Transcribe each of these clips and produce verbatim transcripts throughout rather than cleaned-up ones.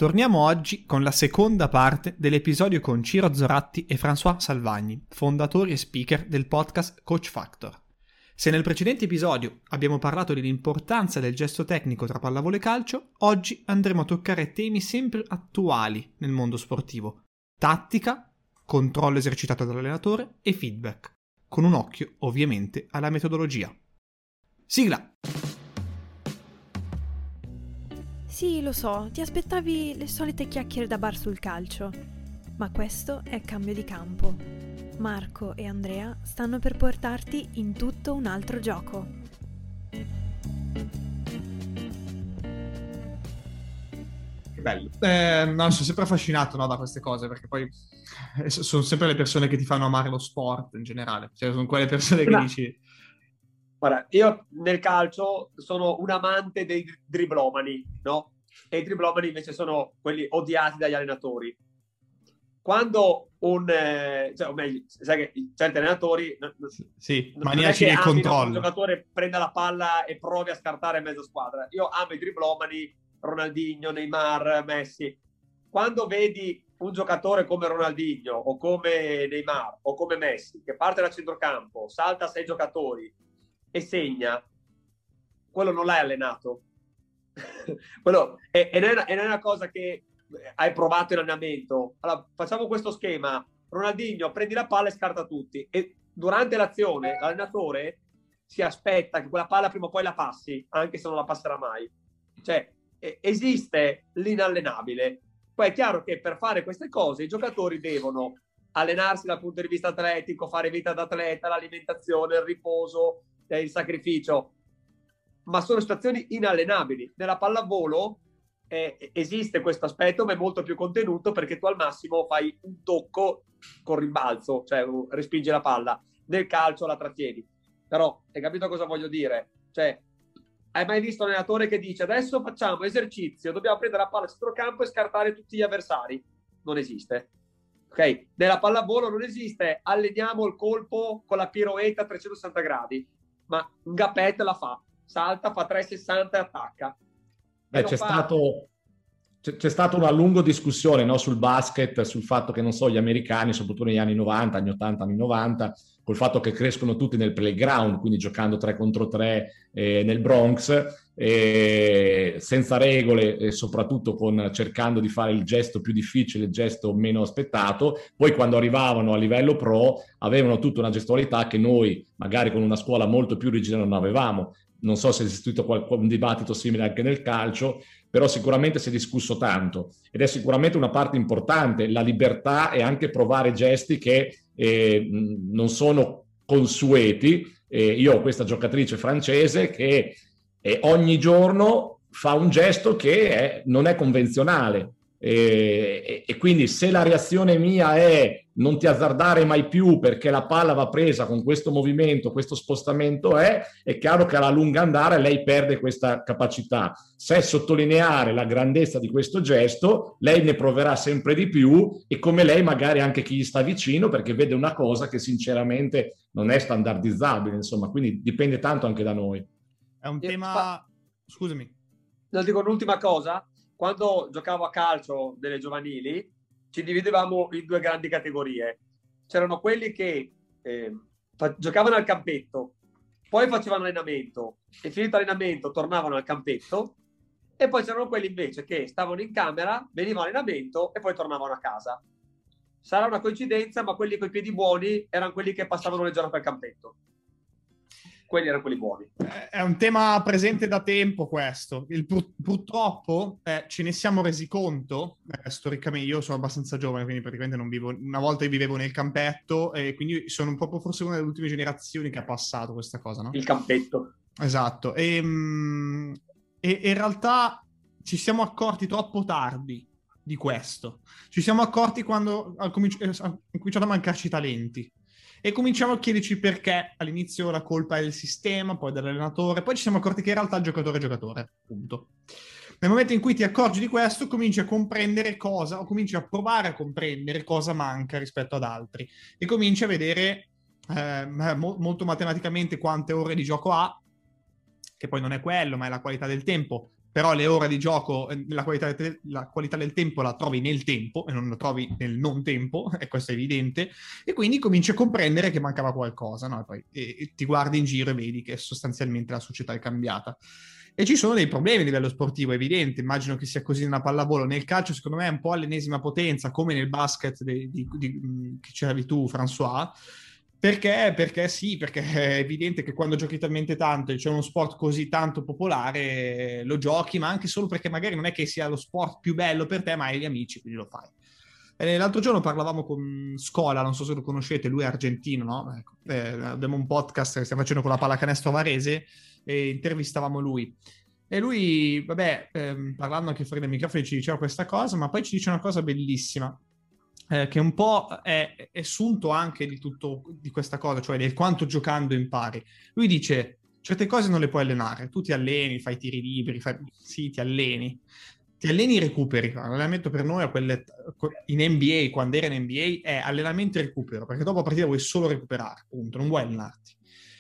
Torniamo oggi con la seconda parte dell'episodio con Ciro Zoratti e François Salvagni, fondatori e speaker del podcast Coach Factor. Se nel precedente episodio abbiamo parlato dell'importanza del gesto tecnico tra pallavolo e calcio, oggi andremo a toccare temi sempre attuali nel mondo sportivo: tattica, controllo esercitato dall'allenatore e feedback, con un occhio ovviamente alla metodologia. Sigla! Sì, lo so, ti aspettavi le solite chiacchiere da bar sul calcio, ma questo è cambio di campo. Marco e Andrea stanno per portarti in tutto un altro gioco. Che bello. Eh, no, sono sempre affascinato, no, da queste cose, perché poi eh, sono sempre le persone che ti fanno amare lo sport in generale. Cioè, sono quelle persone che Ma, dici... Guarda, io nel calcio sono un amante dei driblomani, no? E i driblomani invece sono quelli odiati dagli allenatori. Quando un... Eh, cioè, o meglio, sai che certi allenatori... Sì, non maniaci è che nel amino controllo. che un giocatore prenda la palla e provi a scartare mezza squadra. Io amo i driblomani, Ronaldinho, Neymar, Messi. Quando vedi un giocatore come Ronaldinho o come Neymar o come Messi che parte da centrocampo, salta sei giocatori e segna, quello non l'hai allenato. quello è, e, non è una, e non è una cosa che hai provato in allenamento. Allora, facciamo questo schema: Ronaldinho prendi la palla e scarta tutti, e durante l'azione l'allenatore si aspetta che quella palla prima o poi la passi, anche se non la passerà mai. Cioè, eh, esiste l'inallenabile. Poi è chiaro che per fare queste cose i giocatori devono allenarsi dal punto di vista atletico, fare vita d'atleta, l'alimentazione, il riposo, il sacrificio, ma sono situazioni inallenabili. Nella pallavolo eh, esiste questo aspetto, ma è molto più contenuto, perché tu al massimo fai un tocco con rimbalzo, cioè respingi la palla. Nel calcio la trattieni. Però hai capito cosa voglio dire? Cioè, hai mai visto un allenatore che dice adesso facciamo esercizio, dobbiamo prendere la palla a centrocampo e scartare tutti gli avversari? Non esiste. Ok? Nella pallavolo non esiste alleniamo il colpo con la piroetta a trecentosessanta gradi, ma un Gapet la fa, salta, fa trecentosessanta e attacca. Beh, e c'è fa... stato c'è, c'è stata una lunga discussione, no, sul basket, sul fatto che, non so, gli americani, soprattutto negli anni novanta, anni ottanta, anni novanta, col fatto che crescono tutti nel playground, quindi giocando tre contro tre eh, nel Bronx, eh, senza regole e soprattutto con, cercando di fare il gesto più difficile, il gesto meno aspettato. Poi quando arrivavano a livello pro avevano tutta una gestualità che noi magari con una scuola molto più rigida non avevamo. Non so se è esistito qualche, un dibattito simile anche nel calcio, però sicuramente si è discusso tanto ed è sicuramente una parte importante la libertà e anche provare gesti che eh, non sono consueti. Eh, io ho questa giocatrice francese che eh, ogni giorno fa un gesto che è, non è convenzionale. E, e quindi se la reazione mia è non ti azzardare mai più perché la palla va presa con questo movimento, questo spostamento, è, è chiaro che alla lunga andare lei perde questa capacità. Se sottolineare la grandezza di questo gesto, lei ne proverà sempre di più, e come lei magari anche chi gli sta vicino, perché vede una cosa che sinceramente non è standardizzabile, insomma, quindi dipende tanto anche da noi. È un tema... Scusami. No, dico un'ultima cosa. Quando giocavo a calcio delle giovanili ci dividevamo in due grandi categorie. C'erano quelli che eh, fa- giocavano al campetto, poi facevano allenamento e finito allenamento tornavano al campetto, e poi c'erano quelli invece che stavano in camera, venivano allenamento e poi tornavano a casa. Sarà una coincidenza, ma quelli con i piedi buoni erano quelli che passavano le giornate al campetto. Quelli erano quelli buoni. È un tema presente da tempo questo. Il, pur, purtroppo eh, ce ne siamo resi conto, eh, storicamente. Io sono abbastanza giovane, quindi praticamente non vivo, una volta vivevo nel campetto, e quindi sono proprio forse una delle ultime generazioni che ha passato questa cosa, no? Il campetto. Esatto. E, e, e in realtà ci siamo accorti troppo tardi di questo. Ci siamo accorti quando ha cominciato a mancarci talenti. E cominciamo a chiederci perché. All'inizio la colpa è del sistema, poi dell'allenatore, poi ci siamo accorti che in realtà il giocatore è giocatore, punto. Nel momento in cui ti accorgi di questo, cominci a comprendere cosa, o cominci a provare a comprendere cosa manca rispetto ad altri, e cominci a vedere eh, mo- molto matematicamente quante ore di gioco ha, che poi non è quello, ma è la qualità del tempo, però le ore di gioco, la qualità, la qualità del tempo la trovi nel tempo e non la trovi nel non tempo, e questo è evidente, e quindi cominci a comprendere che mancava qualcosa, no? E poi e, e ti guardi in giro e vedi che sostanzialmente la società è cambiata. E ci sono dei problemi a livello sportivo, evidente, immagino che sia così nella pallavolo. Nel calcio, secondo me, è un po' all'ennesima potenza, come nel basket di, di, di, che c'eravi tu, François. Perché? Perché sì, perché è evidente che quando giochi talmente tanto e c'è uno sport così tanto popolare, lo giochi, ma anche solo perché magari non è che sia lo sport più bello per te, ma hai gli amici, quindi lo fai. E l'altro giorno parlavamo con Scola, non so se lo conoscete, lui è argentino, no? Ecco, eh, abbiamo un podcast che stiamo facendo con la pallacanestro Varese e intervistavamo lui. E lui, vabbè, ehm, parlando anche fuori dai microfoni, ci diceva questa cosa, ma poi ci dice una cosa bellissima. Eh, che un po' è, è sunto anche di tutto di questa cosa, cioè del quanto giocando impari. Lui dice, certe cose non le puoi allenare, tu ti alleni, fai tiri liberi, fai... sì, ti alleni, ti alleni e recuperi. L'allenamento per noi a quelle... in N B A, quando era in N B A, è allenamento e recupero, perché dopo la partita vuoi solo recuperare, appunto, non vuoi allenarti.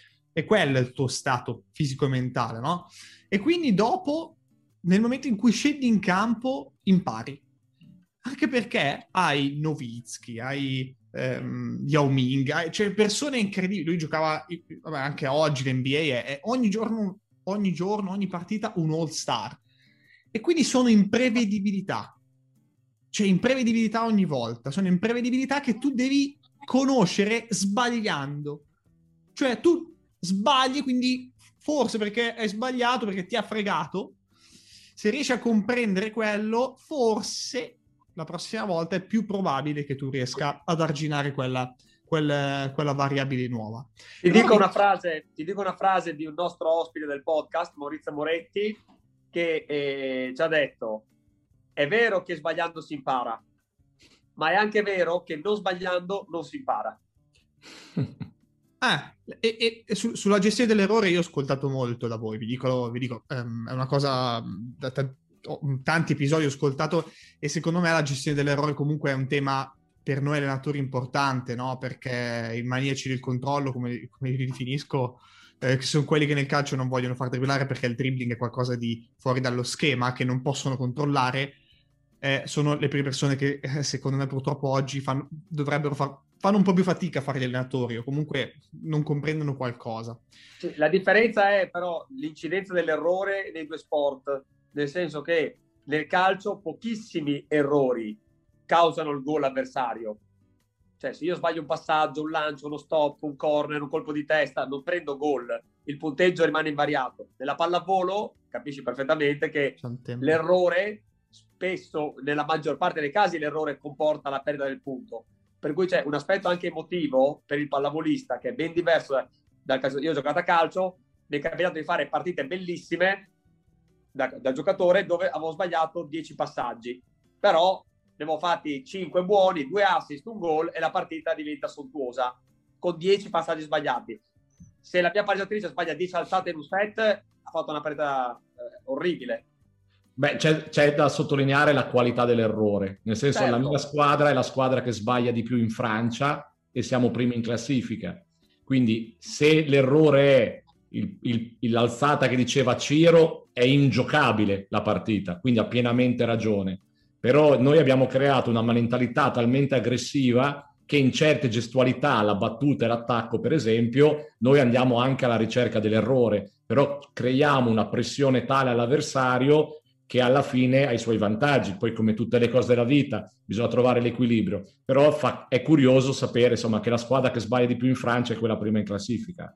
E quello è il tuo stato fisico e mentale, no? E quindi dopo, nel momento in cui scendi in campo, impari. Anche perché hai Nowitzki, hai ehm, Yao Ming, hai, cioè persone incredibili. Lui giocava, vabbè, anche oggi l'N B A è, è ogni giorno, ogni giorno, ogni partita un all-star. E quindi sono imprevedibilità. Cioè imprevedibilità ogni volta. Sono imprevedibilità che tu devi conoscere sbagliando. Cioè tu sbagli, quindi forse perché hai sbagliato, perché ti ha fregato, se riesci a comprendere quello, forse... la prossima volta è più probabile che tu riesca ad arginare quella, quella, quella variabile nuova. Ti dico, una frase, ti dico una frase di un nostro ospite del podcast, Maurizio Moretti, che eh, ci ha detto: è vero che sbagliando si impara, ma è anche vero che non sbagliando non si impara. Ah, e, e, e su, sulla gestione dell'errore io ho ascoltato molto da voi, vi dico, vi dico um, è una cosa da t- tanti episodi ho ascoltato, e secondo me la gestione dell'errore comunque è un tema per noi allenatori importante, no? Perché i maniaci del controllo, come, come li definisco, eh, che sono quelli che nel calcio non vogliono far dribblare perché il dribbling è qualcosa di fuori dallo schema, che non possono controllare, eh, sono le prime persone che eh, secondo me purtroppo oggi fanno, dovrebbero far, fanno un po' più fatica a fare gli allenatori, o comunque non comprendono qualcosa. Sì, la differenza è però l'incidenza dell'errore nei due sport, nel senso che nel calcio pochissimi errori causano il gol avversario. Cioè, se io sbaglio un passaggio, un lancio, uno stop, un corner, un colpo di testa, non prendo gol, il punteggio rimane invariato. Nella pallavolo capisci perfettamente che l'errore, spesso, nella maggior parte dei casi, l'errore comporta la perdita del punto. Per cui c'è un aspetto anche emotivo per il pallavolista che è ben diverso dal caso. Io ho giocato a calcio, mi è capitato di fare partite bellissime da, da giocatore dove avevo sbagliato dieci passaggi, però ne avevo fatti cinque buoni, due assist, un gol, e la partita diventa sontuosa con dieci passaggi sbagliati. Se la mia pareggiatrice sbaglia dieci alzate in un set, ha fatto una partita eh, orribile. Beh, c'è, c'è da sottolineare la qualità dell'errore, nel senso, certo, la mia squadra è la squadra che sbaglia di più in Francia e siamo primi in classifica, quindi se l'errore è il, il, l'alzata che diceva Ciro, è ingiocabile la partita, quindi ha pienamente ragione. Però noi abbiamo creato una mentalità talmente aggressiva che in certe gestualità, la battuta e l'attacco per esempio, noi andiamo anche alla ricerca dell'errore, però creiamo una pressione tale all'avversario che alla fine ha i suoi vantaggi. Poi, come tutte le cose della vita, bisogna trovare l'equilibrio. Però fa, è curioso sapere, insomma, che la squadra che sbaglia di più in Francia è quella prima in classifica.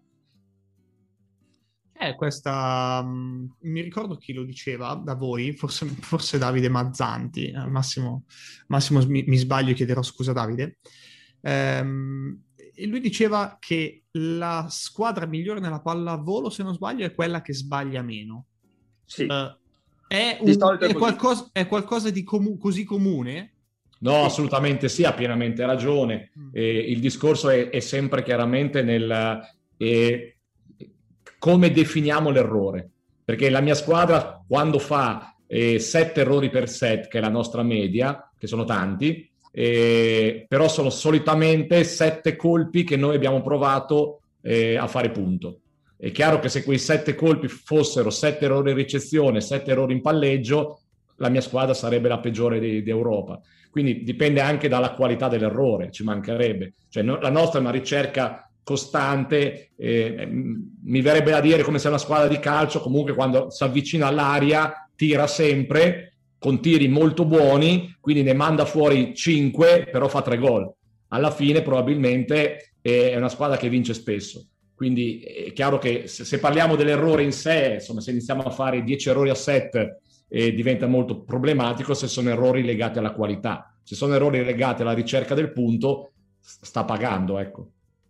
Eh, questa... Um, mi ricordo chi lo diceva da voi, forse, forse Davide Mazzanti. Al massimo, massimo mi, mi sbaglio e chiederò scusa Davide. Ehm, e lui diceva che la squadra migliore nella pallavolo, se non sbaglio, è quella che sbaglia meno. Sì. Uh, È, un, è, qualcosa, è qualcosa di comu- così comune? No, assolutamente sì, ha pienamente ragione. Mm. Eh, il discorso è, è sempre chiaramente nel eh, come definiamo l'errore. Perché la mia squadra, quando fa eh, sette errori per set, che è la nostra media, che sono tanti, eh, però sono solitamente sette colpi che noi abbiamo provato eh, a fare punto. È chiaro che se quei sette colpi fossero sette errori in ricezione, sette errori in palleggio, la mia squadra sarebbe la peggiore d'Europa. Quindi dipende anche dalla qualità dell'errore, ci mancherebbe. Cioè, no, la nostra è una ricerca costante, eh, mi verrebbe da dire come se una squadra di calcio comunque quando si avvicina all'aria tira sempre, con tiri molto buoni, quindi ne manda fuori cinque, però fa tre gol. Alla fine probabilmente è una squadra che vince spesso. Quindi è chiaro che se, se parliamo dell'errore in sé, insomma, se iniziamo a fare dieci errori a set, eh, diventa molto problematico se sono errori legati alla qualità. Se sono errori legati alla ricerca del punto, sta pagando, ecco.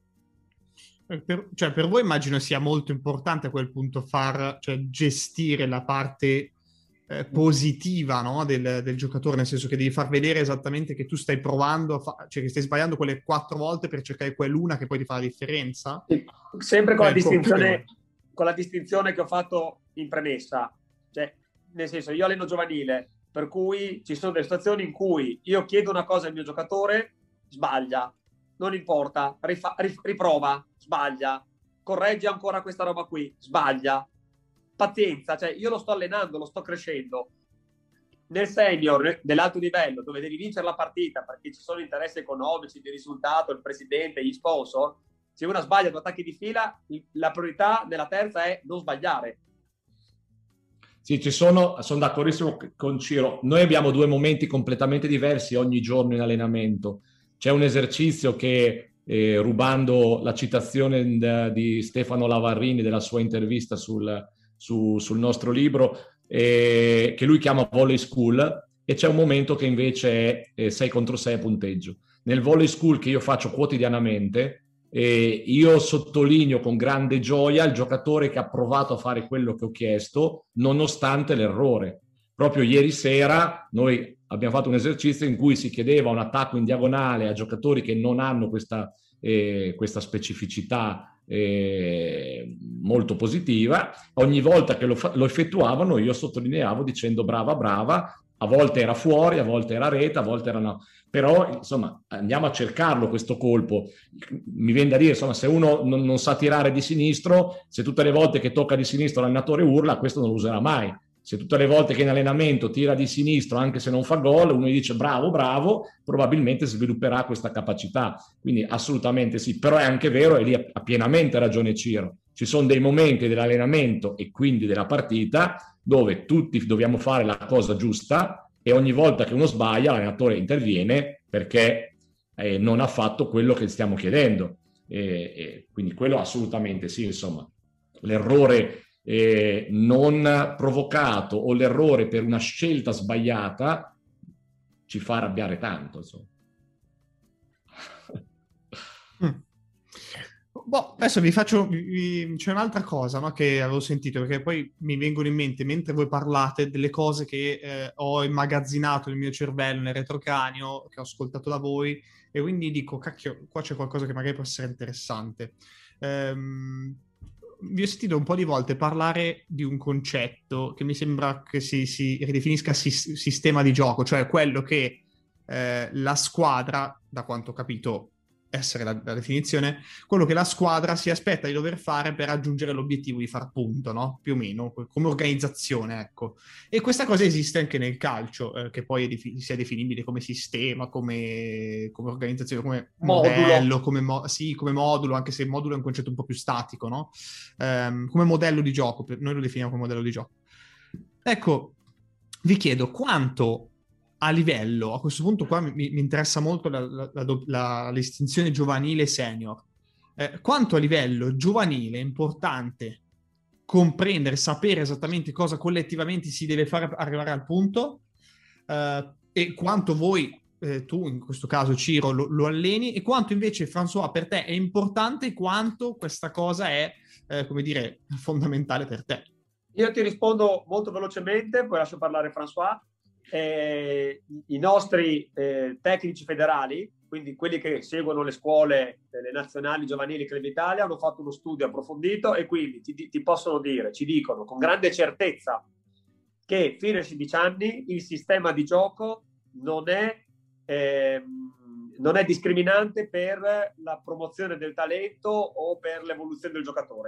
Per, cioè, per voi immagino sia molto importante a quel punto far, cioè, gestire la parte eh, positiva, no? del, del giocatore, nel senso che devi far vedere esattamente che tu stai provando, a fa- cioè che stai sbagliando quelle quattro volte per cercare quell'una che poi ti fa la differenza. Sì, sempre con la, Eh, distinzione, con la distinzione che ho fatto in premessa. Cioè, nel senso, io alleno giovanile, per cui ci sono delle situazioni in cui io chiedo una cosa al mio giocatore, sbaglia, non importa, rifa- rif- riprova, sbaglia, correggi ancora questa roba qui, sbaglia. Pazienza, cioè io lo sto allenando, lo sto crescendo. Nel senior, dell'alto livello, dove devi vincere la partita perché ci sono interessi economici, di risultato, il presidente, gli sponsor, se una sbaglia due attacchi di fila, la priorità nella terza è non sbagliare. Sì, ci sono, sono d'accordissimo con Ciro. Noi abbiamo due momenti completamente diversi ogni giorno in allenamento. C'è un esercizio che, eh, rubando la citazione di Stefano Lavarrini della sua intervista sul, su, sul nostro libro, eh, che lui chiama volley school, e c'è un momento che invece è sei contro sei a punteggio. Nel volley school che io faccio quotidianamente, eh, io sottolineo con grande gioia il giocatore che ha provato a fare quello che ho chiesto nonostante l'errore. Proprio ieri sera noi abbiamo fatto un esercizio in cui si chiedeva un attacco in diagonale a giocatori che non hanno questa, eh, questa specificità eh, molto positiva. Ogni volta che lo, fa- lo effettuavano io sottolineavo dicendo brava brava, a volte era fuori, a volte era rete, a volte era no. Però insomma andiamo a cercarlo questo colpo. Mi viene da dire, insomma, se uno non, non sa tirare di sinistro, se tutte le volte che tocca di sinistro l'allenatore urla, questo non lo userà mai. Se tutte le volte che in allenamento tira di sinistro, anche se non fa gol, uno gli dice bravo, bravo, probabilmente svilupperà questa capacità. Quindi assolutamente sì, però è anche vero, e lì ha pienamente ragione Ciro, ci sono dei momenti dell'allenamento e quindi della partita dove tutti dobbiamo fare la cosa giusta e ogni volta che uno sbaglia l'allenatore interviene perché eh, non ha fatto quello che stiamo chiedendo. E, e quindi quello assolutamente sì, insomma. L'errore Eh, non provocato o l'errore per una scelta sbagliata ci fa arrabbiare tanto, insomma. Mm. Boh, adesso vi faccio vi, c'è un'altra cosa, no, che avevo sentito, perché poi mi vengono in mente mentre voi parlate delle cose che eh, ho immagazzinato nel mio cervello, nel retrocranio, che ho ascoltato da voi, e quindi dico, cacchio, qua c'è qualcosa che magari può essere interessante. Ehm, vi ho sentito un po' di volte parlare di un concetto che mi sembra che si, si ridefinisca sis- sistema di gioco, cioè quello che eh, la squadra, da quanto ho capito essere la, la definizione, quello che la squadra si aspetta di dover fare per raggiungere l'obiettivo di far punto, no? Più o meno, come organizzazione, ecco. E questa cosa esiste anche nel calcio, eh, che poi è defi- sia definibile come sistema, come, come organizzazione, come Modulo. modello, come, mo- sì, come modulo, anche se modulo è un concetto un po' più statico, no? Um, come modello di gioco, noi lo definiamo come modello di gioco. Ecco, vi chiedo quanto a livello, a questo punto qua mi, mi interessa molto la, la, la, la, la distinzione giovanile e senior, eh, quanto a livello giovanile è importante comprendere, sapere esattamente cosa collettivamente si deve fare per arrivare al punto, eh, e quanto voi, eh, tu in questo caso Ciro, lo, lo alleni, e quanto invece François per te è importante, quanto questa cosa è, eh, come dire, fondamentale per te. Io ti rispondo molto velocemente, poi lascio parlare François. Eh, i nostri eh, tecnici federali, quindi quelli che seguono le scuole, eh, le nazionali giovanili Club Italia, hanno fatto uno studio approfondito e quindi ti, ti possono dire, ci dicono con grande certezza che fino ai sedici anni il sistema di gioco non è, eh, non è discriminante per la promozione del talento o per l'evoluzione del giocatore.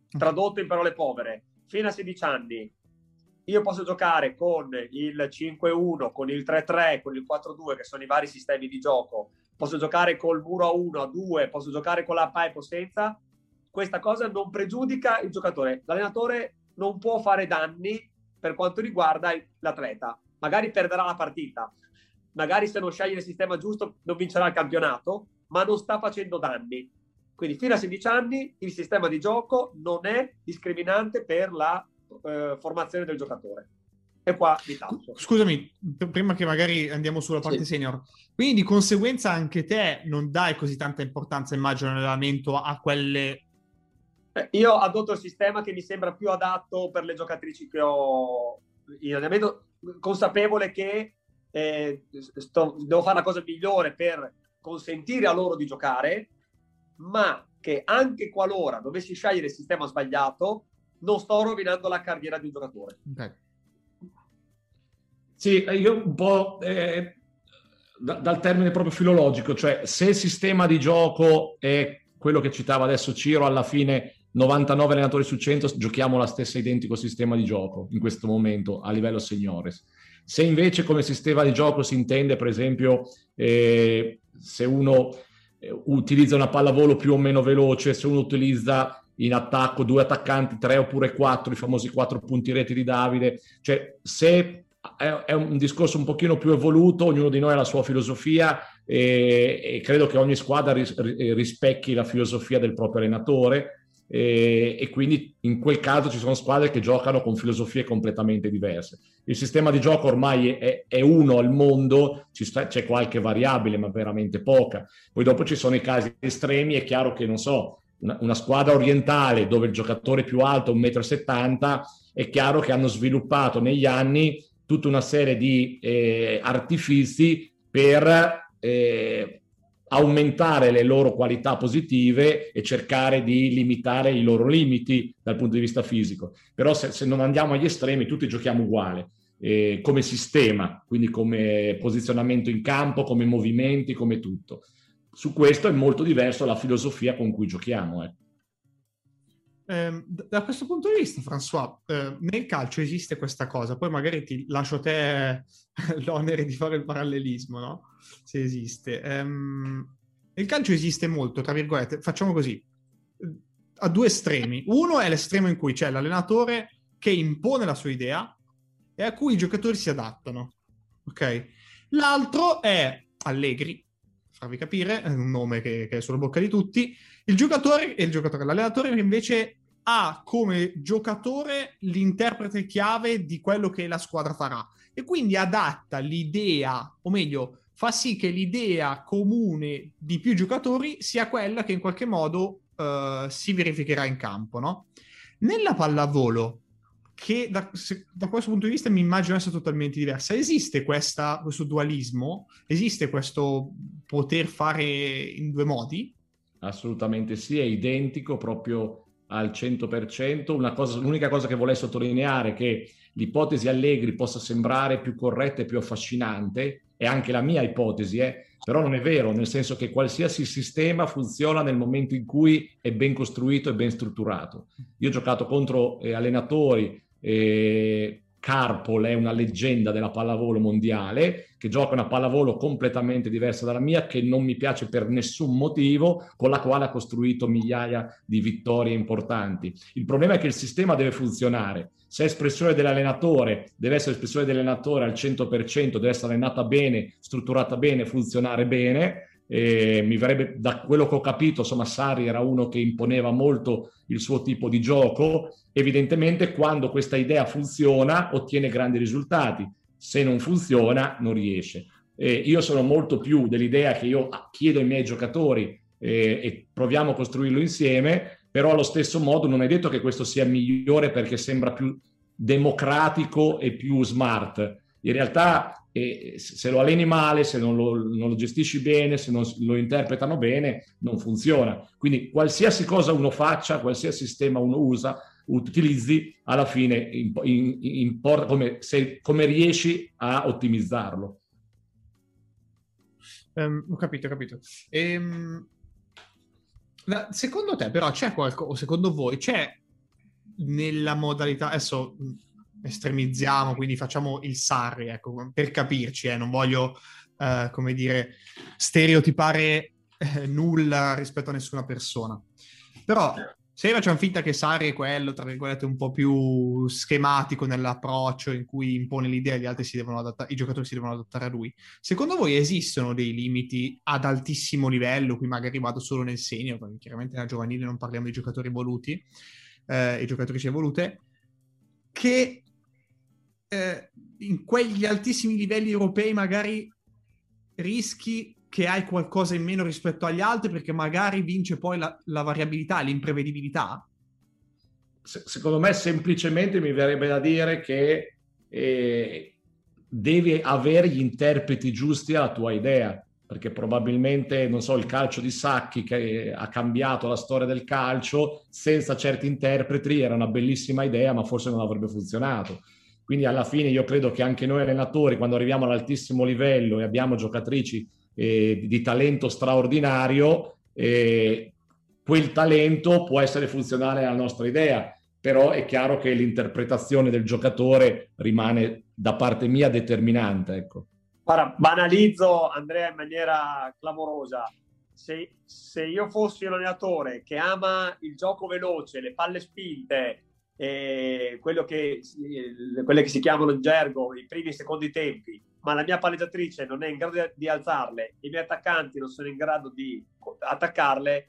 Tradotto in parole povere, fino a sedici anni io posso giocare con il cinque uno, con il tre tre, con il quattro due, che sono i vari sistemi di gioco, posso giocare col muro a uno, a due, posso giocare con la pipe o senza. Questa cosa non pregiudica il giocatore. L'allenatore non può fare danni per quanto riguarda l'atleta. Magari perderà la partita, magari se non sceglie il sistema giusto non vincerà il campionato, ma non sta facendo danni. Quindi fino a sedici anni il sistema di gioco non è discriminante per la eh, formazione del giocatore. E qua vi taccio. Scusami, prima che magari andiamo sulla parte sì. senior, quindi di conseguenza anche te non dai così tanta importanza, immagino, nell'allenamento a quelle... Eh, io adotto il sistema che mi sembra più adatto per le giocatrici che ho in allenamento, consapevole che eh, sto, devo fare la cosa migliore per consentire a loro di giocare, ma che anche qualora dovessi scegliere il sistema sbagliato non sto rovinando la carriera di un giocatore. Okay. Sì, io un po' eh, da, dal termine proprio filologico, cioè se il sistema di gioco è quello che citava adesso Ciro, alla fine novantanove allenatori su cento giochiamo la stessa identico sistema di gioco in questo momento a livello seniores. Se invece come sistema di gioco si intende, per esempio, eh, se uno eh, utilizza una pallavolo più o meno veloce, se uno utilizza in attacco due attaccanti, tre oppure quattro, i famosi quattro punti reti di Davide, cioè se è, è un discorso un pochino più evoluto, ognuno di noi ha la sua filosofia e, e credo che ogni squadra ris, rispecchi la filosofia del proprio allenatore. E, e quindi in quel caso ci sono squadre che giocano con filosofie completamente diverse. Il sistema di gioco ormai è, è uno al mondo, ci sta, c'è qualche variabile ma veramente poca. Poi dopo ci sono i casi estremi, è chiaro che non so, una, una squadra orientale dove il giocatore più alto è un metro e settanta, è chiaro che hanno sviluppato negli anni tutta una serie di eh, artifici per eh, aumentare le loro qualità positive e cercare di limitare i loro limiti dal punto di vista fisico. Però se, se non andiamo agli estremi tutti giochiamo uguale, eh, come sistema, quindi come posizionamento in campo, come movimenti, come tutto. Su questo è molto diverso la filosofia con cui giochiamo. Eh. Eh, da questo punto di vista, François, eh, nel calcio esiste questa cosa, poi magari ti lascio a te l'onere di fare il parallelismo, no? Se esiste. Um, nel calcio esiste molto, tra virgolette, facciamo così, a due estremi. Uno è l'estremo in cui c'è l'allenatore che impone la sua idea e a cui i giocatori si adattano, ok? L'altro è Allegri, farvi capire, è un nome che, che è sulla bocca di tutti. Il giocatore, e il giocatore, l'allenatore invece ha come giocatore l'interprete chiave di quello che la squadra farà e quindi adatta l'idea, o meglio, fa sì che l'idea comune di più giocatori sia quella che in qualche modo uh, si verificherà in campo, no? Nella pallavolo, che da, se, da questo punto di vista mi immagino essere totalmente diversa, esiste questa, questo dualismo? Esiste questo poter fare in due modi? Assolutamente sì, è identico proprio al cento per cento. Una cosa, l'unica cosa che vorrei sottolineare è che l'ipotesi Allegri possa sembrare più corretta e più affascinante, è anche la mia ipotesi, eh? Però non è vero, nel senso che qualsiasi sistema funziona nel momento in cui è ben costruito e ben strutturato. Io ho giocato contro eh, allenatori, eh, Karpol è una leggenda della pallavolo mondiale, che gioca una pallavolo completamente diversa dalla mia, che non mi piace per nessun motivo, con la quale ha costruito migliaia di vittorie importanti. Il problema è che il sistema deve funzionare. Se è espressione dell'allenatore, deve essere espressione dell'allenatore al cento per cento, deve essere allenata bene, strutturata bene, funzionare bene. E mi verrebbe, da quello che ho capito, insomma, Sarri era uno che imponeva molto il suo tipo di gioco. Evidentemente quando questa idea funziona ottiene grandi risultati, se non funziona non riesce. Eh, io sono molto più dell'idea che io chiedo ai miei giocatori eh, e proviamo a costruirlo insieme, però allo stesso modo non è detto che questo sia migliore perché sembra più democratico e più smart. In realtà eh, se lo alleni male, se non lo, non lo gestisci bene, se non lo interpretano bene, non funziona. Quindi qualsiasi cosa uno faccia, qualsiasi sistema uno usa, utilizzi, alla fine importa come, se, come riesci a ottimizzarlo. Um, ho capito, ho capito. Ehm, secondo te però c'è qualcosa, o secondo voi c'è nella modalità, adesso estremizziamo, quindi facciamo il Sarri, ecco, per capirci, eh, non voglio, eh, come dire, stereotipare eh, nulla rispetto a nessuna persona. Però se facciamo finta che Sarri è quello, tra virgolette, un po' più schematico nell'approccio in cui impone l'idea e gli altri si devono adattare, i giocatori si devono adattare a lui, secondo voi esistono dei limiti ad altissimo livello? Qui magari vado solo nel senior, perché chiaramente nella giovanile non parliamo di giocatori evoluti eh, e giocatrici evolute, che eh, in quegli altissimi livelli europei magari rischi che hai qualcosa in meno rispetto agli altri perché magari vince poi la, la variabilità, l'imprevedibilità? Se, secondo me semplicemente mi verrebbe da dire che eh, devi avere gli interpreti giusti alla tua idea, perché probabilmente, non so, il calcio di Sacchi che ha cambiato la storia del calcio, senza certi interpreti era una bellissima idea, ma forse non avrebbe funzionato. Quindi alla fine io credo che anche noi allenatori, quando arriviamo all'altissimo livello e abbiamo giocatrici eh, di, di talento straordinario, eh, quel talento può essere funzionale alla nostra idea, però è chiaro che l'interpretazione del giocatore rimane da parte mia determinante, ecco. Guarda, banalizzo, Andrea, in maniera clamorosa. Se, se io fossi un allenatore che ama il gioco veloce, le palle spinte, e quello che, quelle che si chiamano in gergo i primi e secondi tempi, ma la mia palleggiatrice non è in grado di, di alzarle, i miei attaccanti non sono in grado di attaccarle,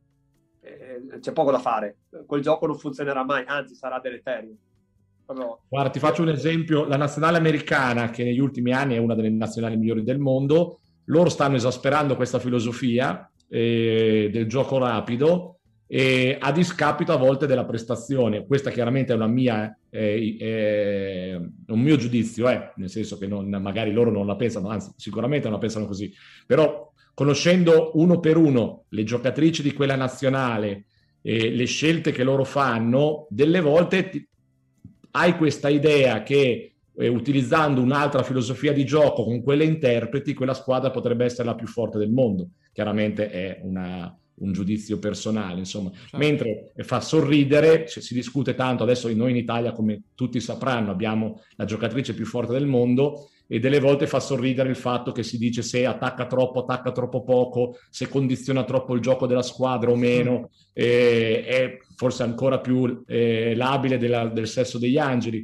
eh, c'è poco da fare. Quel gioco non funzionerà mai, anzi sarà deleterio. Però... Guarda, ti faccio un esempio: la nazionale americana, che negli ultimi anni è una delle nazionali migliori del mondo, loro stanno esasperando questa filosofia eh, del gioco rapido, e a discapito a volte della prestazione. Questa chiaramente è una mia eh, eh, un mio giudizio, eh, nel senso che non, magari loro non la pensano, anzi sicuramente non la pensano così, però conoscendo uno per uno le giocatrici di quella nazionale e eh, le scelte che loro fanno, delle volte ti, hai questa idea che eh, utilizzando un'altra filosofia di gioco con quelle interpreti, quella squadra potrebbe essere la più forte del mondo. Chiaramente è una un giudizio personale, insomma, certo. Mentre fa sorridere, cioè, si discute tanto adesso, noi in Italia, come tutti sapranno, abbiamo la giocatrice più forte del mondo, e delle volte fa sorridere il fatto che si dice se attacca troppo, attacca troppo poco, se condiziona troppo il gioco della squadra o meno, mm. eh, è forse ancora più eh, labile della, del sesso degli angeli.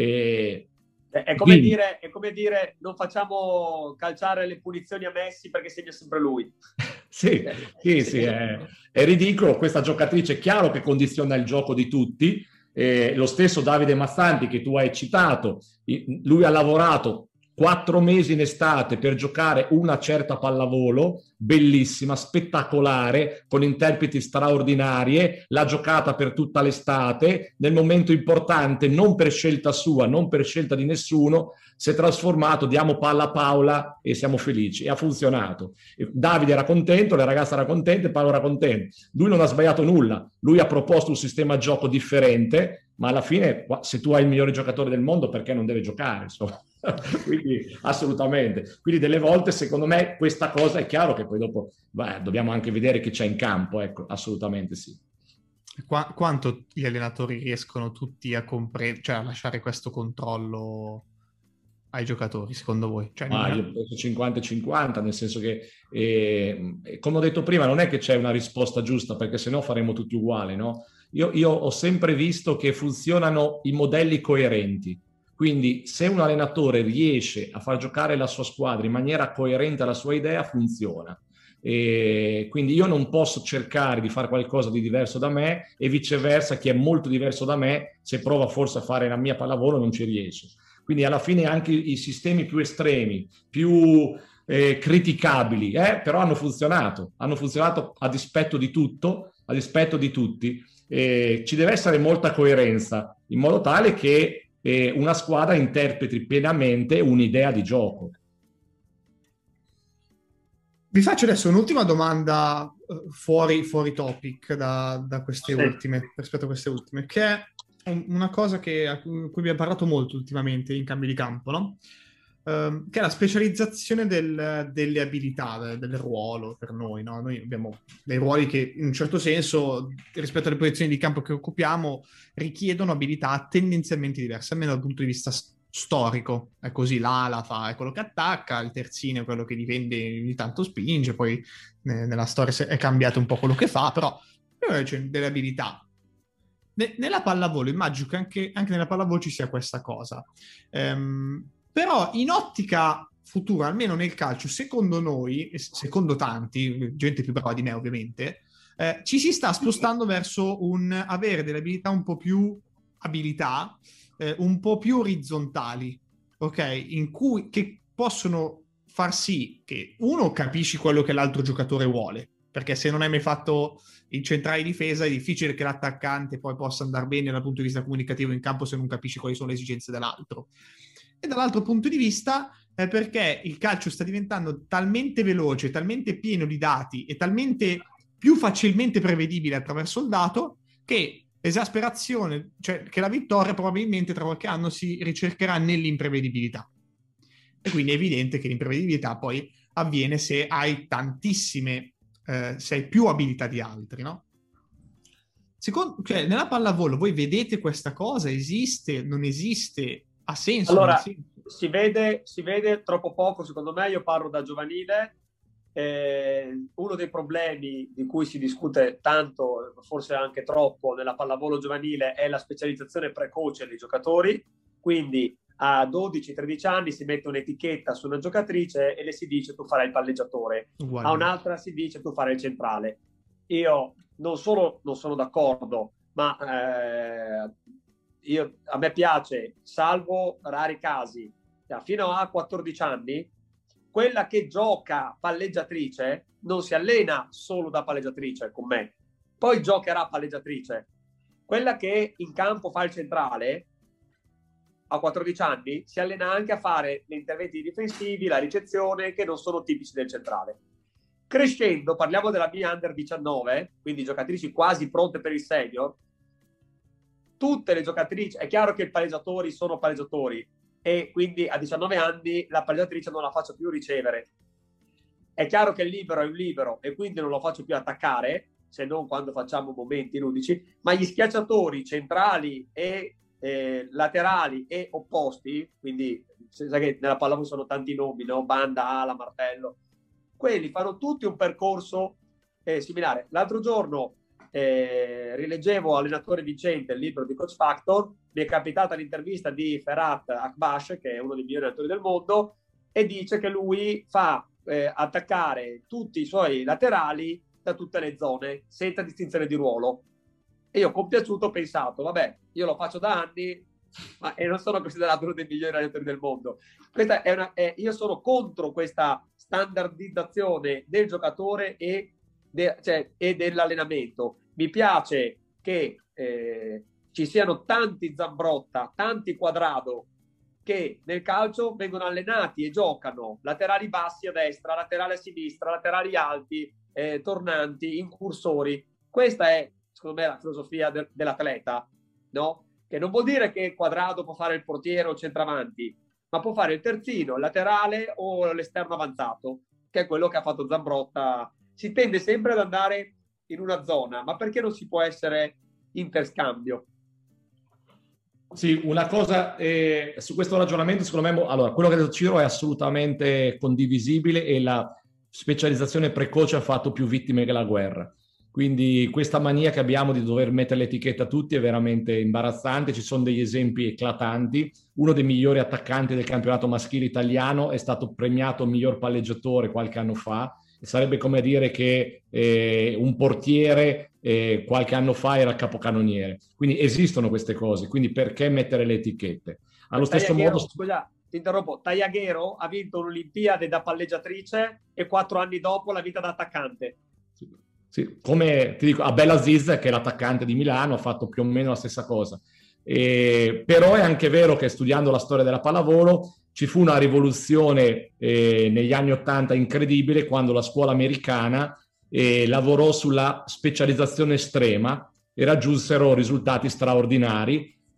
Eh, È come, dire, è come dire non facciamo calciare le punizioni a Messi perché segna sempre lui. Sì, sì, sì, è, è ridicolo. Questa giocatrice è chiaro che condiziona il gioco di tutti. Eh, lo stesso Davide Mazzanti che tu hai citato, lui ha lavorato quattro mesi in estate per giocare una certa pallavolo, bellissima, spettacolare, con interpreti straordinarie, l'ha giocata per tutta l'estate, nel momento importante, non per scelta sua, non per scelta di nessuno, si è trasformato, diamo palla a Paola e siamo felici, e ha funzionato. Davide era contento, la ragazza era contenta, Paolo era contento. Lui non ha sbagliato nulla, lui ha proposto un sistema gioco differente, ma alla fine, se tu hai il migliore giocatore del mondo, perché non deve giocare, insomma? Quindi assolutamente. Quindi delle volte, secondo me, questa cosa è chiaro che poi dopo beh, dobbiamo anche vedere che c'è in campo, ecco, assolutamente sì. Qua, quanto gli allenatori riescono tutti a comprendere, cioè a lasciare questo controllo ai giocatori, secondo voi? Cioè, ah, è... io penso cinquanta e cinquanta, nel senso che eh, come ho detto prima, non è che c'è una risposta giusta, perché sennò faremo tutti uguali, no? Io, io ho sempre visto che funzionano i modelli coerenti. Quindi se un allenatore riesce a far giocare la sua squadra in maniera coerente alla sua idea, funziona. E quindi io non posso cercare di fare qualcosa di diverso da me, e viceversa chi è molto diverso da me, se prova forse a fare la mia pallavolo, non ci riesce. Quindi alla fine anche i sistemi più estremi, più eh, criticabili, eh, però hanno funzionato, hanno funzionato a dispetto di tutto, a dispetto di tutti. E ci deve essere molta coerenza, in modo tale che e una squadra interpreti pienamente un'idea di gioco. Vi faccio adesso un'ultima domanda uh, fuori, fuori topic da, da queste sì. ultime, rispetto a queste ultime, che è un, una cosa che, a cui abbiamo parlato molto ultimamente in cambi di campo, no? ehm, che è la specializzazione del- delle abilità, del, del ruolo per noi, no? Noi abbiamo dei ruoli che in un certo senso, rispetto alle posizioni di campo che occupiamo, richiedono abilità tendenzialmente diverse, almeno dal punto di vista s- storico. È così, l'ala fa, è quello che attacca, il terzino è quello che difende, ogni tanto spinge, poi eh, nella storia se- è cambiato un po' quello che fa, però eh, c'è delle abilità. Ne- nella pallavolo immagino che anche, anche nella pallavolo ci sia questa cosa. Ehm, però in ottica futura, almeno nel calcio, secondo noi, e s- secondo tanti, gente più brava di me ovviamente, eh, ci si sta spostando verso un avere delle abilità un po' più abilità, eh, un po' più orizzontali, ok? In cui che possono far sì che uno capisci quello che l'altro giocatore vuole, perché se non hai mai fatto il centrale di difesa è difficile che l'attaccante poi possa andare bene dal punto di vista comunicativo in campo se non capisci quali sono le esigenze dell'altro. E dall'altro punto di vista è perché il calcio sta diventando talmente veloce, talmente pieno di dati e talmente più facilmente prevedibile attraverso il dato che esasperazione, cioè che la vittoria probabilmente tra qualche anno si ricercherà nell'imprevedibilità. E quindi è evidente che l'imprevedibilità poi avviene se hai tantissime, eh, se hai più abilità di altri, no? Secondo, cioè, nella pallavolo voi vedete questa cosa? Esiste? Non esiste? Ha senso? Non ha Allora, senso? si vede, si vede troppo poco, secondo me. Io parlo da giovanile. Eh, uno dei problemi di cui si discute tanto, forse anche troppo, nella pallavolo giovanile è la specializzazione precoce dei giocatori. Quindi a dodici tredici anni si mette un'etichetta su una giocatrice e le si dice tu farai il palleggiatore, a un'altra si dice tu farai il centrale. Io non solo non sono d'accordo, ma eh, io, a me piace, salvo rari casi, fino a quattordici anni, quella che gioca palleggiatrice non si allena solo da palleggiatrice con me, poi giocherà palleggiatrice. Quella che in campo fa il centrale a quattordici anni si allena anche a fare gli interventi difensivi, la ricezione, che non sono tipici del centrale. Crescendo, parliamo della mia under diciannove, quindi giocatrici quasi pronte per il senior, tutte le giocatrici, è chiaro che i palleggiatori sono palleggiatori e quindi a diciannove anni la palleggiatrice non la faccio più ricevere. È chiaro che il libero è un libero e quindi non lo faccio più attaccare, se non quando facciamo momenti ludici, ma gli schiacciatori centrali e eh, laterali e opposti, quindi sai che nella pallavolo sono tanti nomi, no? Banda, ala, martello, quelli fanno tutti un percorso eh, similare. L'altro giorno eh, rileggevo Allenatore Vincente, il libro di Coach Factor, mi è capitata l'intervista di Ferhat Akbash, che è uno dei migliori allenatori del mondo, e dice che lui fa eh, attaccare tutti i suoi laterali da tutte le zone, senza distinzione di ruolo. E io compiaciuto ho pensato, vabbè, io lo faccio da anni, ma e non sono considerato uno dei migliori allenatori del mondo. Questa è una, è, io sono contro questa standardizzazione del giocatore e, de, cioè, e dell'allenamento. Mi piace che eh, ci siano tanti Zambrotta, tanti Quadrado che nel calcio vengono allenati e giocano laterali bassi a destra, laterali a sinistra, laterali alti, eh, tornanti, incursori. Questa è, secondo me, la filosofia de- dell'atleta, no? Che non vuol dire che Quadrado può fare il portiere o il centravanti, ma può fare il terzino, il laterale o l'esterno avanzato, che è quello che ha fatto Zambrotta. Si tende sempre ad andare in una zona, ma perché non si può essere interscambio? Sì, una cosa eh, su questo ragionamento, secondo me, allora, quello che ha detto Ciro è assolutamente condivisibile e la specializzazione precoce ha fatto più vittime che la guerra. Quindi questa mania che abbiamo di dover mettere l'etichetta a tutti è veramente imbarazzante. Ci sono degli esempi eclatanti. Uno dei migliori attaccanti del campionato maschile italiano è stato premiato miglior palleggiatore qualche anno fa. Sarebbe come dire che eh, un portiere eh, qualche anno fa era capocannoniere. Quindi esistono queste cose, quindi perché mettere le etichette? Allo stesso modo... Scusa, ti interrompo. Tagliaghero ha vinto l'Olimpiade da palleggiatrice e quattro anni dopo la vita da attaccante. Sì, sì. Come ti dico, Abdelaziz, che è l'attaccante di Milano, ha fatto più o meno la stessa cosa. E, però è anche vero che studiando la storia della pallavolo ci fu una rivoluzione eh, negli anni Ottanta incredibile quando la scuola americana eh, lavorò sulla specializzazione estrema e raggiunsero risultati straordinari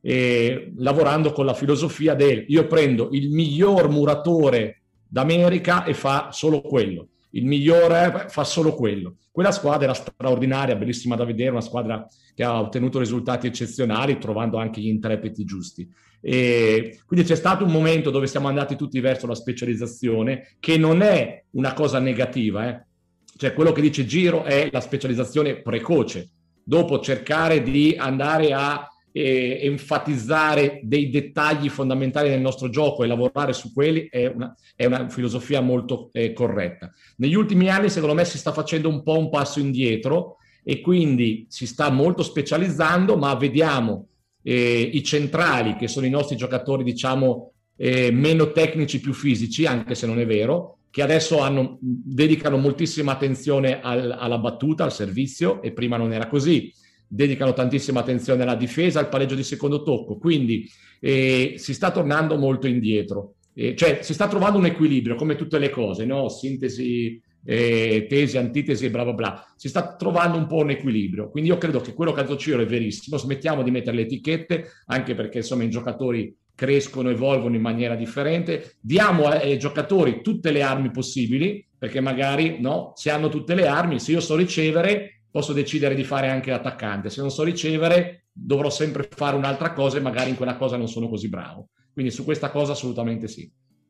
e lavorando con la filosofia del io prendo il miglior muratore d'America e fa solo quello, il migliore fa solo quello. Quella squadra era straordinaria, bellissima da vedere, una squadra che ha ottenuto risultati eccezionali trovando anche gli interpreti giusti. E quindi c'è stato un momento dove siamo andati tutti verso la specializzazione, che non è una cosa negativa, eh. Cioè quello che dice Giro è la specializzazione precoce, dopo cercare di andare a eh, enfatizzare dei dettagli fondamentali del nostro gioco e lavorare su quelli è una, è una filosofia molto eh, corretta. Negli ultimi anni secondo me si sta facendo un po' un passo indietro e quindi si sta molto specializzando, ma vediamo eh, i centrali, che sono i nostri giocatori diciamo eh, meno tecnici, più fisici, anche se non è vero, che adesso hanno, dedicano moltissima attenzione al, alla battuta, al servizio, e prima non era così. Dedicano tantissima attenzione alla difesa, al pareggio di secondo tocco, quindi eh, si sta tornando molto indietro. Eh, cioè si sta trovando un equilibrio, come tutte le cose, no? Sintesi, eh, tesi, antitesi e bla bla bla. Si sta trovando un po' un equilibrio. Quindi io credo che quello che ha detto Ciro è verissimo. Smettiamo di mettere le etichette, anche perché insomma i giocatori crescono, evolvono in maniera differente. Diamo ai, ai giocatori tutte le armi possibili, perché magari no, se hanno tutte le armi, se io so ricevere, posso decidere di fare anche attaccante. Se non so ricevere, dovrò sempre fare un'altra cosa e magari in quella cosa non sono così bravo. Quindi su questa cosa assolutamente sì.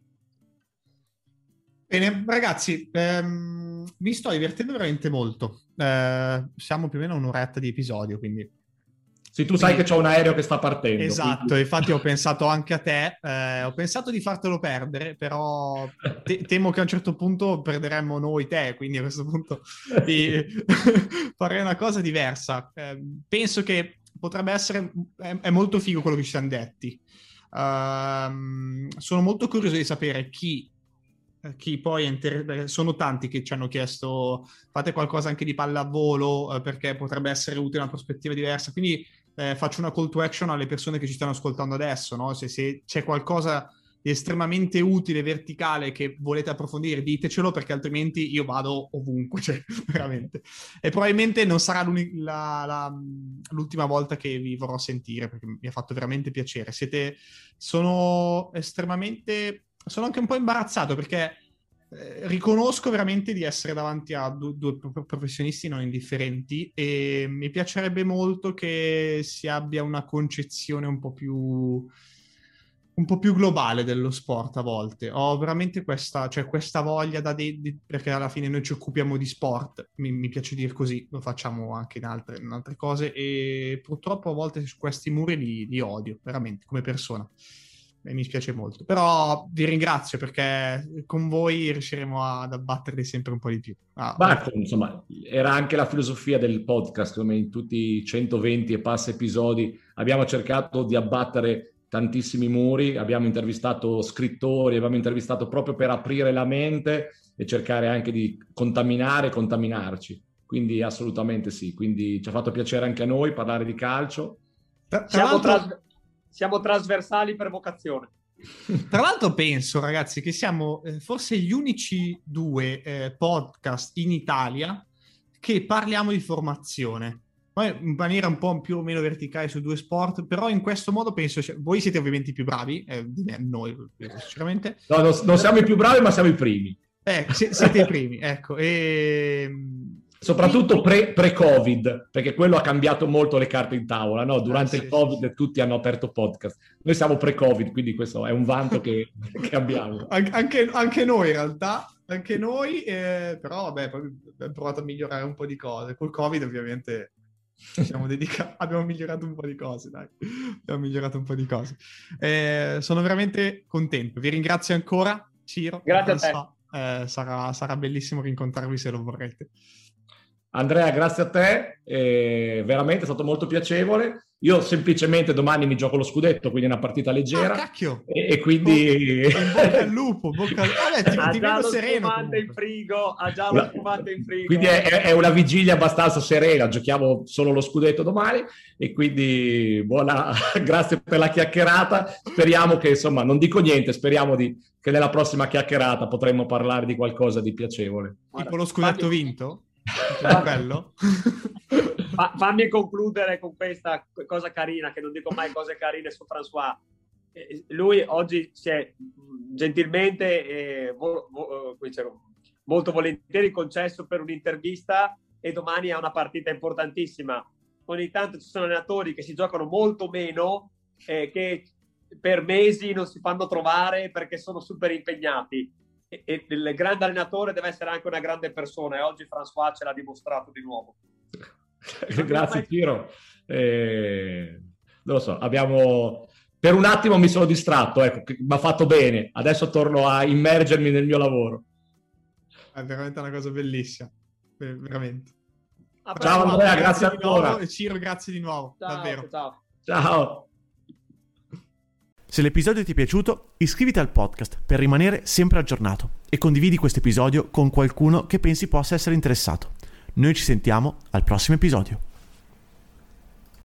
Bene, ragazzi, ehm, mi sto divertendo veramente molto. Eh, siamo più o meno a un'oretta di episodio, quindi... Sì, tu sai sì. che c'ho un aereo che sta partendo. Esatto, quindi... infatti ho pensato anche a te, eh, ho pensato di fartelo perdere, però te- temo che a un certo punto perderemmo noi te, quindi a questo punto di... farei una cosa diversa. Eh, penso che potrebbe essere... È, è molto figo quello che ci siamo detti. Uh, sono molto curioso di sapere chi... chi poi è inter... sono tanti che ci hanno chiesto fate qualcosa anche di pallavolo eh, perché potrebbe essere utile una prospettiva diversa, quindi eh, faccio una call to action alle persone che ci stanno ascoltando adesso, no? se, se c'è qualcosa di estremamente utile, verticale, che volete approfondire, ditecelo, perché altrimenti io vado ovunque, cioè veramente, e probabilmente non sarà la, la, l'ultima volta che vi vorrò sentire, perché mi ha fatto veramente piacere. Siete, sono estremamente sono anche un po' imbarazzato, perché eh, riconosco veramente di essere davanti a due, due professionisti non indifferenti, e mi piacerebbe molto che si abbia una concezione un po' più un po' più globale dello sport a volte. Ho veramente questa, cioè questa voglia da de- de- perché alla fine noi ci occupiamo di sport, mi, mi piace dire così, lo facciamo anche in altre, in altre cose, e purtroppo a volte su questi muri li, li odio veramente come persona. E mi spiace molto, però vi ringrazio, perché con voi riusciremo ad abbatterli sempre un po' di più. Ah, Ma, insomma, era anche la filosofia del podcast, come in tutti i centoventi e passa episodi abbiamo cercato di abbattere tantissimi muri, abbiamo intervistato scrittori, abbiamo intervistato proprio per aprire la mente e cercare anche di contaminare e contaminarci, quindi assolutamente sì, quindi ci ha fatto piacere anche a noi parlare di calcio. Tra, tra siamo tras- Siamo trasversali per vocazione. Tra l'altro penso, ragazzi, che siamo eh, forse gli unici due eh, podcast in Italia che parliamo di formazione. Poi in maniera un po' più o meno verticale su due sport, però in questo modo penso... Cioè, voi siete ovviamente i più bravi, eh, di me, noi sinceramente. No, non, non siamo i più bravi, ma siamo i primi. Eh, se, siete i primi, ecco. E... Soprattutto pre, pre-Covid, perché quello ha cambiato molto le carte in tavola, no? Durante ah, sì, il Covid sì. Tutti hanno aperto podcast. Noi siamo pre-Covid, quindi questo è un vanto che, che abbiamo. Anche, anche noi in realtà, anche noi, eh, però vabbè, poi abbiamo provato a migliorare un po' di cose. Col Covid ovviamente siamo dedicati, abbiamo migliorato un po' di cose, dai. Abbiamo migliorato un po' di cose. Eh, sono veramente contento. Vi ringrazio ancora, Ciro. Grazie a te. So, eh, sarà, sarà bellissimo rincontrarvi se lo vorrete. Andrea, grazie a te, eh, veramente è stato molto piacevole. Io semplicemente domani mi gioco lo scudetto, quindi è una partita leggera. Ah, cacchio! E, e quindi... Bo- bocca al lupo, bocca al... Vabbè, ti, ha ti già vedo lo sereno. spumante in frigo, ha già lo spumante in frigo. Quindi è, è una vigilia abbastanza serena, giochiamo solo lo scudetto domani e quindi buona, grazie per la chiacchierata. Speriamo che, insomma, non dico niente, speriamo di, che nella prossima chiacchierata potremmo parlare di qualcosa di piacevole. Tipo lo scudetto vinto? È bello? Fa, fammi concludere con questa cosa carina, che non dico mai cose carine su François. Eh, lui oggi si è gentilmente e vo, vo, molto volentieri concesso per un'intervista, e domani ha una partita importantissima. Ogni tanto ci sono allenatori che si giocano molto meno, eh, che per mesi non si fanno trovare perché sono super impegnati, e, e il grande allenatore deve essere anche una grande persona, e oggi François ce l'ha dimostrato di nuovo. Grazie mai... Ciro, eh, non lo so, abbiamo per un attimo mi sono distratto, ecco, mi ha fatto bene, adesso torno a immergermi nel mio lavoro. È veramente una cosa bellissima, veramente. Ah, ciao Andrea, grazie, grazie ancora. Nuovo, e Ciro, grazie di nuovo, ciao, davvero. Ciao. Ciao. Se l'episodio ti è piaciuto, iscriviti al podcast per rimanere sempre aggiornato e condividi questo episodio con qualcuno che pensi possa essere interessato. Noi ci sentiamo al prossimo episodio.